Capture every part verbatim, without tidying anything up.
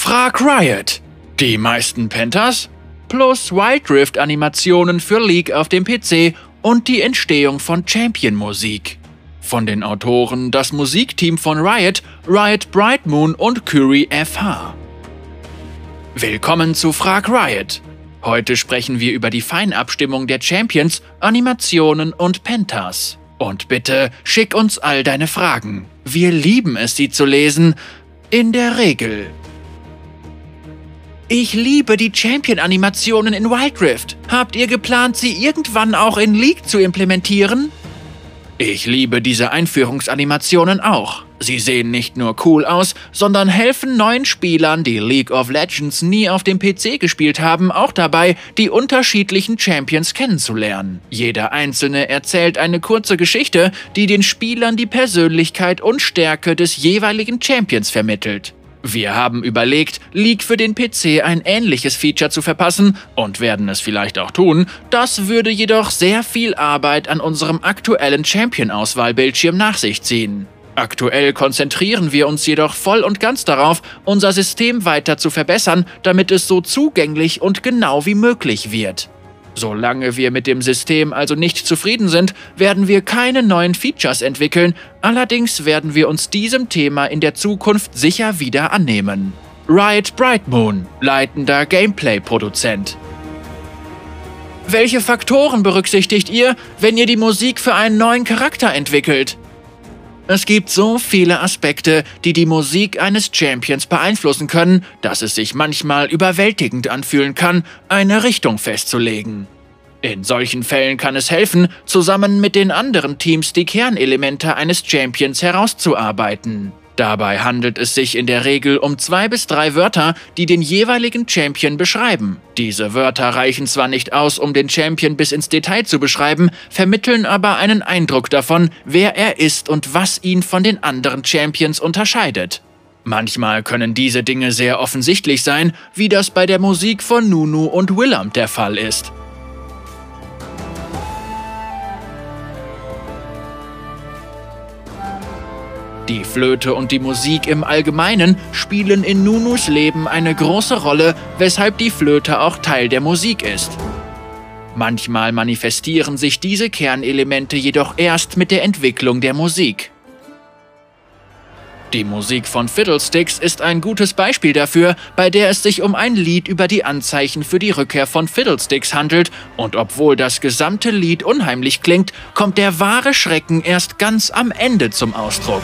Frag Riot. Die meisten Pentas plus Wild Rift Animationen für League auf dem P C und die Entstehung von Champion-Musik. Von den Autoren das Musikteam von Riot, Riot Bright Moon und Curie F H. Willkommen zu Frag Riot. Heute sprechen wir über die Feinabstimmung der Champions, Animationen und Pentas. Und bitte schick uns all deine Fragen. Wir lieben es, sie zu lesen. In der Regel. Ich liebe die Champion-Animationen in Wild Rift. Habt ihr geplant, sie irgendwann auch in League zu implementieren? Ich liebe diese Einführungsanimationen auch. Sie sehen nicht nur cool aus, sondern helfen neuen Spielern, die League of Legends nie auf dem P C gespielt haben, auch dabei, die unterschiedlichen Champions kennenzulernen. Jeder einzelne erzählt eine kurze Geschichte, die den Spielern die Persönlichkeit und Stärke des jeweiligen Champions vermittelt. Wir haben überlegt, League für den P C ein ähnliches Feature zu verpassen und werden es vielleicht auch tun. Das würde jedoch sehr viel Arbeit an unserem aktuellen Champion-Auswahlbildschirm nach sich ziehen. Aktuell konzentrieren wir uns jedoch voll und ganz darauf, unser System weiter zu verbessern, damit es so zugänglich und genau wie möglich wird. Solange wir mit dem System also nicht zufrieden sind, werden wir keine neuen Features entwickeln, allerdings werden wir uns diesem Thema in der Zukunft sicher wieder annehmen. Riot Bright Moon, leitender Gameplay-Produzent. Welche Faktoren berücksichtigt ihr, wenn ihr die Musik für einen neuen Charakter entwickelt? Es gibt so viele Aspekte, die die Musik eines Champions beeinflussen können, dass es sich manchmal überwältigend anfühlen kann, eine Richtung festzulegen. In solchen Fällen kann es helfen, zusammen mit den anderen Teams die Kernelemente eines Champions herauszuarbeiten. Dabei handelt es sich in der Regel um zwei bis drei Wörter, die den jeweiligen Champion beschreiben. Diese Wörter reichen zwar nicht aus, um den Champion bis ins Detail zu beschreiben, vermitteln aber einen Eindruck davon, wer er ist und was ihn von den anderen Champions unterscheidet. Manchmal können diese Dinge sehr offensichtlich sein, wie das bei der Musik von Nunu und Willamp der Fall ist. Die Flöte und die Musik im Allgemeinen spielen in Nunus Leben eine große Rolle, weshalb die Flöte auch Teil der Musik ist. Manchmal manifestieren sich diese Kernelemente jedoch erst mit der Entwicklung der Musik. Die Musik von Fiddlesticks ist ein gutes Beispiel dafür, bei der es sich um ein Lied über die Anzeichen für die Rückkehr von Fiddlesticks handelt, und obwohl das gesamte Lied unheimlich klingt, kommt der wahre Schrecken erst ganz am Ende zum Ausdruck.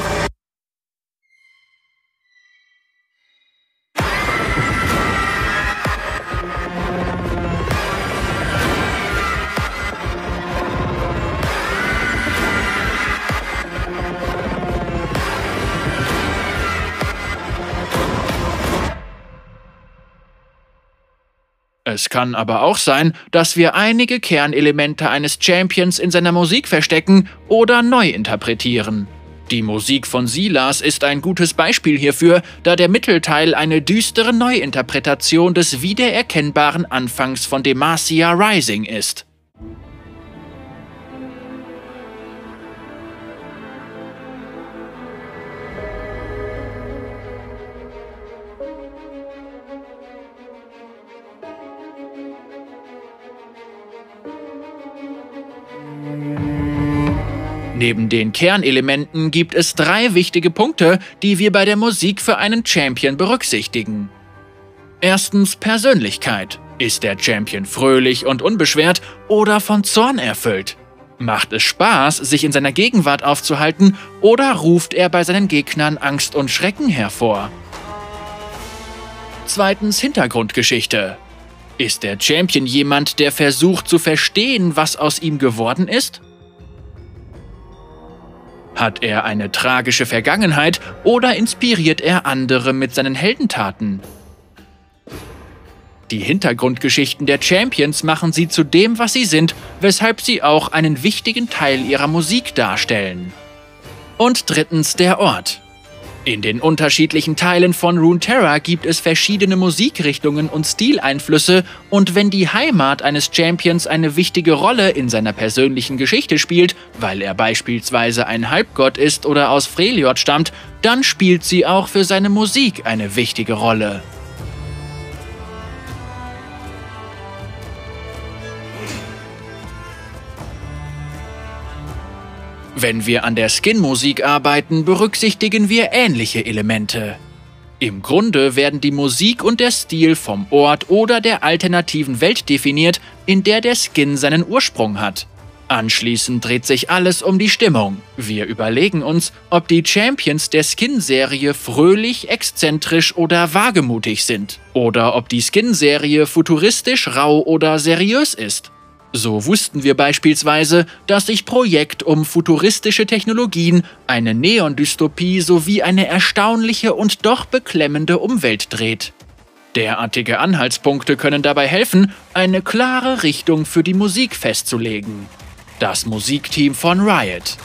Es kann aber auch sein, dass wir einige Kernelemente eines Champions in seiner Musik verstecken oder neu interpretieren. Die Musik von Silas ist ein gutes Beispiel hierfür, da der Mittelteil eine düstere Neuinterpretation des wiedererkennbaren Anfangs von Demacia Rising ist. Neben den Kernelementen gibt es drei wichtige Punkte, die wir bei der Musik für einen Champion berücksichtigen. Erstens Persönlichkeit. Ist der Champion fröhlich und unbeschwert oder von Zorn erfüllt? Macht es Spaß, sich in seiner Gegenwart aufzuhalten, oder ruft er bei seinen Gegnern Angst und Schrecken hervor? Zweitens Hintergrundgeschichte. Ist der Champion jemand, der versucht zu verstehen, was aus ihm geworden ist? Hat er eine tragische Vergangenheit oder inspiriert er andere mit seinen Heldentaten? Die Hintergrundgeschichten der Champions machen sie zu dem, was sie sind, weshalb sie auch einen wichtigen Teil ihrer Musik darstellen. Und drittens der Ort. In den unterschiedlichen Teilen von Runeterra gibt es verschiedene Musikrichtungen und Stileinflüsse, und wenn die Heimat eines Champions eine wichtige Rolle in seiner persönlichen Geschichte spielt, weil er beispielsweise ein Halbgott ist oder aus Freljord stammt, dann spielt sie auch für seine Musik eine wichtige Rolle. Wenn wir an der Skin-Musik arbeiten, berücksichtigen wir ähnliche Elemente. Im Grunde werden die Musik und der Stil vom Ort oder der alternativen Welt definiert, in der der Skin seinen Ursprung hat. Anschließend dreht sich alles um die Stimmung. Wir überlegen uns, ob die Champions der Skin-Serie fröhlich, exzentrisch oder wagemutig sind. Oder ob die Skin-Serie futuristisch, rau oder seriös ist. So wussten wir beispielsweise, dass sich Projekt um futuristische Technologien, eine Neon-Dystopie sowie eine erstaunliche und doch beklemmende Umwelt dreht. Derartige Anhaltspunkte können dabei helfen, eine klare Richtung für die Musik festzulegen. Das Musikteam von Riot.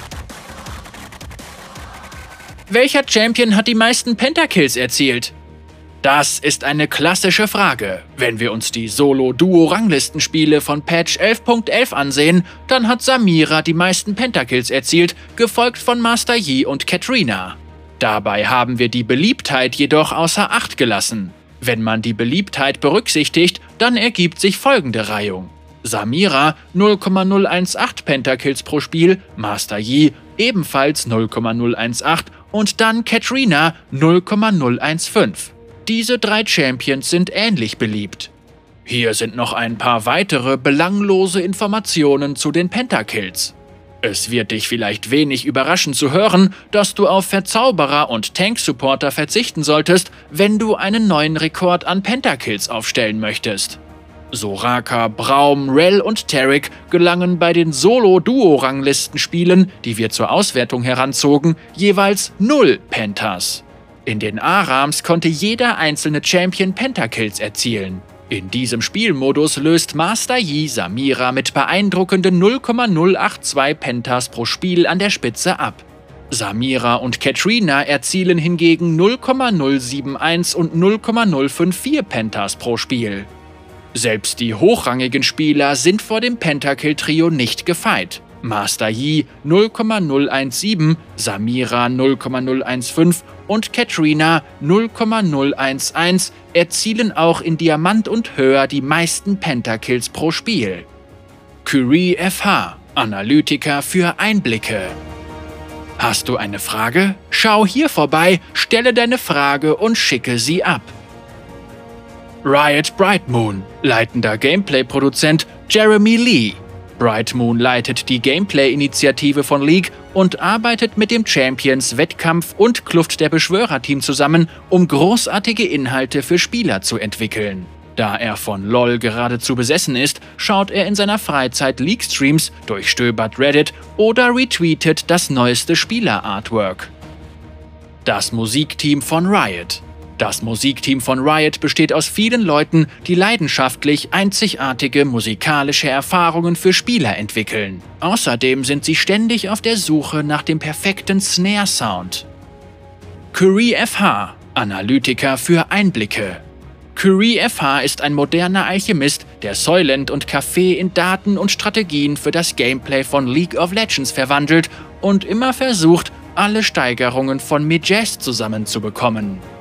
Welcher Champion hat die meisten Pentakills erzielt? Das ist eine klassische Frage. Wenn wir uns die Solo-Duo-Ranglistenspiele von Patch elf Punkt elf ansehen, dann hat Samira die meisten Pentakills erzielt, gefolgt von Master Yi und Katrina. Dabei haben wir die Beliebtheit jedoch außer Acht gelassen. Wenn man die Beliebtheit berücksichtigt, dann ergibt sich folgende Reihung. Samira null Komma null achtzehn Pentakills pro Spiel, Master Yi ebenfalls null Komma null achtzehn und dann Katrina null Komma null fünfzehn. Diese drei Champions sind ähnlich beliebt. Hier sind noch ein paar weitere belanglose Informationen zu den Pentakills. Es wird dich vielleicht wenig überraschen zu hören, dass du auf Verzauberer und Tank-Supporter verzichten solltest, wenn du einen neuen Rekord an Pentakills aufstellen möchtest. Soraka, Braum, Rell und Taric gelangen bei den Solo-Duo-Ranglistenspielen, die wir zur Auswertung heranzogen, jeweils null Pentas. In den A-Rams konnte jeder einzelne Champion Pentakills erzielen. In diesem Spielmodus löst Master Yi Samira mit beeindruckenden null Komma null zweiundachtzig Pentas pro Spiel an der Spitze ab. Samira und Katrina erzielen hingegen null Komma null einundsiebzig und null Komma null vierundfünfzig Pentas pro Spiel. Selbst die hochrangigen Spieler sind vor dem Pentakill-Trio nicht gefeit. Master Yi null Komma null siebzehn, Samira null Komma null fünfzehn und Katrina null Komma null elf erzielen auch in Diamant und höher die meisten Pentakills pro Spiel. Curie F H, Analytiker für Einblicke. Hast du eine Frage? Schau hier vorbei, stelle deine Frage und schicke sie ab. Riot Brightmoon, leitender Gameplay-Produzent Jeremy Lee. Brightmoon leitet die Gameplay-Initiative von League und arbeitet mit dem Champions, Wettkampf und Kluft der Beschwörer-Team zusammen, um großartige Inhalte für Spieler zu entwickeln. Da er von LoL geradezu besessen ist, schaut er in seiner Freizeit League-Streams, durchstöbert Reddit oder retweetet das neueste Spieler-Artwork. Das Musikteam von Riot. Das Musikteam von Riot besteht aus vielen Leuten, die leidenschaftlich einzigartige musikalische Erfahrungen für Spieler entwickeln. Außerdem sind sie ständig auf der Suche nach dem perfekten Snare-Sound. Curie F H, Analytiker für Einblicke. Curie F H ist ein moderner Alchemist, der Soylent und Kaffee in Daten und Strategien für das Gameplay von League of Legends verwandelt und immer versucht, alle Steigerungen von Mejaz zusammenzubekommen.